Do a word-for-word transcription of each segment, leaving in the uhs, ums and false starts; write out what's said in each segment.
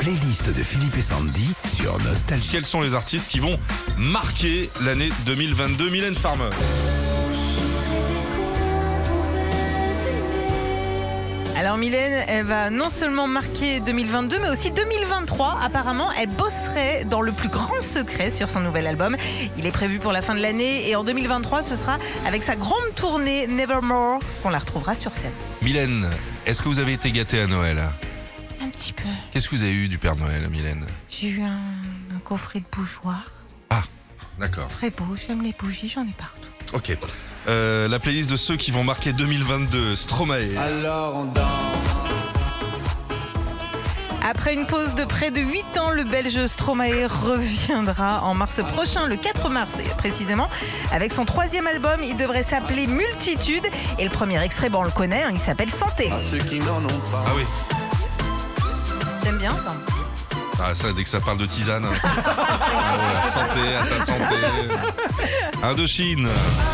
playlist de Philippe et Sandy sur Nostalgie. Quels sont les artistes qui vont marquer l'année deux mille vingt-deux, Mylène Farmer? Alors Mylène, elle va non seulement marquer deux mille vingt-deux, mais aussi deux mille vingt-trois. Apparemment, elle bosserait dans le plus grand secret sur son nouvel album. Il est prévu pour la fin de l'année et en deux mille vingt-trois, ce sera avec sa grande tournée Nevermore qu'on la retrouvera sur scène. Mylène, est-ce que vous avez été gâtée à Noël? Un petit peu. Qu'est-ce que vous avez eu du Père Noël, Mylène? J'ai eu un, un coffret de bougeoir. Ah, d'accord. Très beau, j'aime les bougies, j'en ai partout. Ok. Euh, la playlist de ceux qui vont marquer deux mille vingt-deux, Stromae. Alors on danse. Après une pause de près de huit ans, le Belge Stromae reviendra en mars prochain, le quatre mars précisément, avec son troisième album. Il devrait s'appeler Multitude. Et le premier extrait, bon, on le connaît, hein, il s'appelle Santé. À ceux qui n'en ont pas. Ah oui. J'aime bien ça. Ah ça, dès que ça parle de tisane. Ah ouais, santé, à ta santé. Indochine.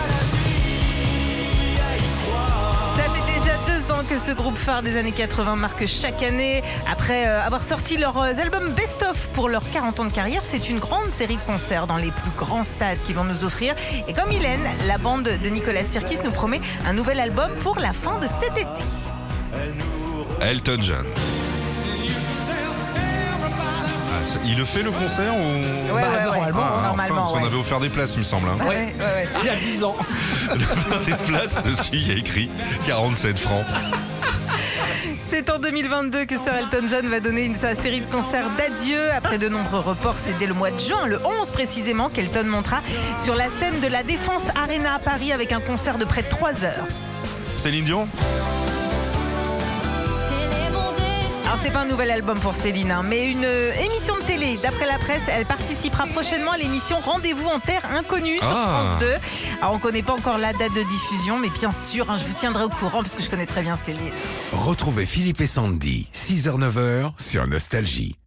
Ça fait déjà deux ans que ce groupe phare des années quatre-vingts marque chaque année. Après euh, avoir sorti leurs euh, albums best-of pour leurs quarante ans de carrière, c'est une grande série de concerts dans les plus grands stades qu'ils vont nous offrir. Et comme Mylène, la bande de Nicolas Sirkis nous promet un nouvel album pour la fin de cet été. Elton John. Ah, il le fait le concert ou... Ouais, Bah, ouais, ouais. normalement, Ah, normalement, enfin, ouais. on avait offert des places, il me semble. Hein. Ouais, ouais, ouais. Il y a dix ans. Des places, dessus, il y a écrit quarante-sept francs. C'est en deux mille vingt-deux que Sir Elton John va donner une, sa série de concerts d'adieu. Après de nombreux reports, c'est dès le mois de juin, le onze précisément, qu'Elton montera sur la scène de la Défense Arena à Paris avec un concert de près de trois heures. Céline Dion. Alors c'est pas un nouvel album pour Céline, hein, mais une euh, émission de télé. D'après la presse, elle participera prochainement à l'émission Rendez-vous en Terre Inconnue sur Ah. France deux. Alors on connaît pas encore la date de diffusion, mais bien sûr, hein, je vous tiendrai au courant parce que je connais très bien Céline. Retrouvez Philippe et Sandy, six heures neuf heures sur Nostalgie.